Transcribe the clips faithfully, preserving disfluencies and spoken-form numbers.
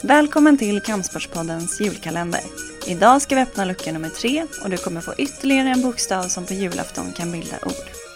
Välkommen till Kampsportspoddens julkalender. Idag ska vi öppna lucka nummer tre och du kommer få ytterligare en bokstav som på julafton kan bilda ord.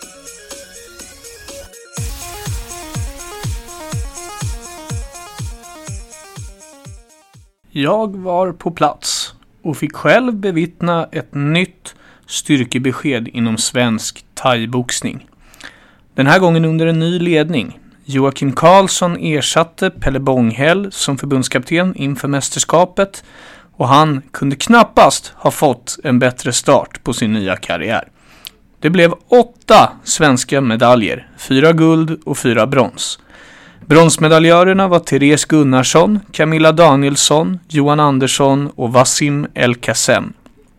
Jag var på plats och fick själv bevittna ett nytt styrkebesked inom svensk thaiboxning. Den här gången under en ny ledning. Joakim Karlsson ersatte Pelle Bånghäll som förbundskapten inför mästerskapet och han kunde knappast ha fått en bättre start på sin nya karriär. Det blev åtta svenska medaljer, fyra guld och fyra brons. Bronsmedaljörerna var Therese Gunnarsson, Camilla Danielsson, Johan Andersson och Wassim El-Kassem.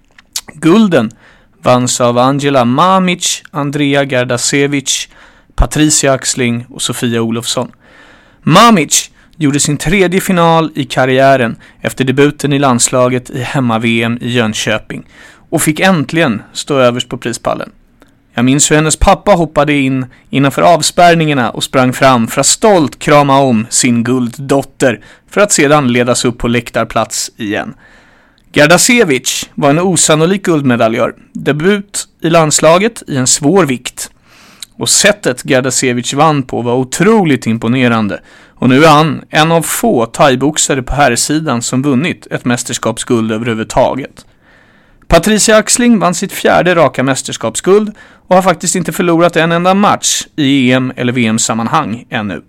Gulden vanns av Angela Mamic, Andrea Gardasevic, Patricia Axling och Sofia Olofsson. Mamic gjorde sin tredje final i karriären efter debuten i landslaget i hemma-V M i Jönköping och fick äntligen stå överst på prispallen. Jag minns hur hennes pappa hoppade in innanför avspärrningarna och sprang fram för att stolt krama om sin gulddotter för att sedan ledas upp på läktarplats igen. Gardasevic var en osannolik guldmedaljör. Debut i landslaget i en svår vikt. Och sättet Gardasevic vann på var otroligt imponerande. Och nu är han en av få thaiboxare på herrsidan som vunnit ett mästerskapsguld överhuvudtaget. Patricia Axling vann sitt fjärde raka mästerskapsguld och har faktiskt inte förlorat en enda match i E M- eller V M-sammanhang ännu.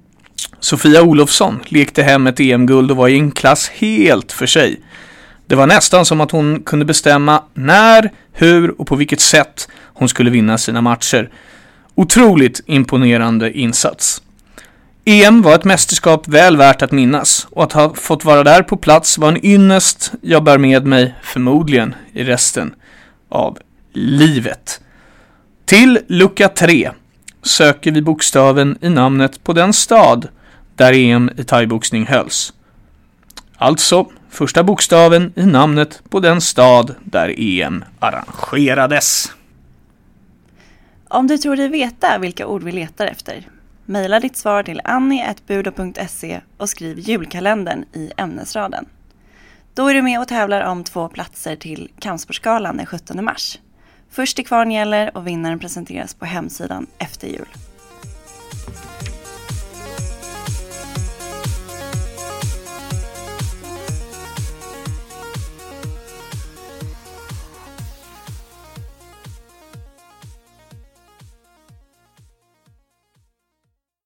Sofia Olofsson lekte hem ett E M-guld och var i en klass helt för sig. Det var nästan som att hon kunde bestämma när, hur och på vilket sätt hon skulle vinna sina matcher. Otroligt imponerande insats. E M var ett mästerskap väl värt att minnas och att ha fått vara där på plats var en ynnest jag bär med mig förmodligen i resten av livet. Till lucka tre söker vi bokstaven i namnet på den stad där E M i thaiboxning hölls. Alltså första bokstaven i namnet på den stad där E M arrangerades. Om du tror dig veta vilka ord vi letar efter, mejla ditt svar till annie at budo punkt se och skriv julkalendern i ämnesraden. Då är du med och tävlar om två platser till Kampsportsgalan den sjuttonde mars. Först till kvarn gäller och vinnaren presenteras på hemsidan efter jul.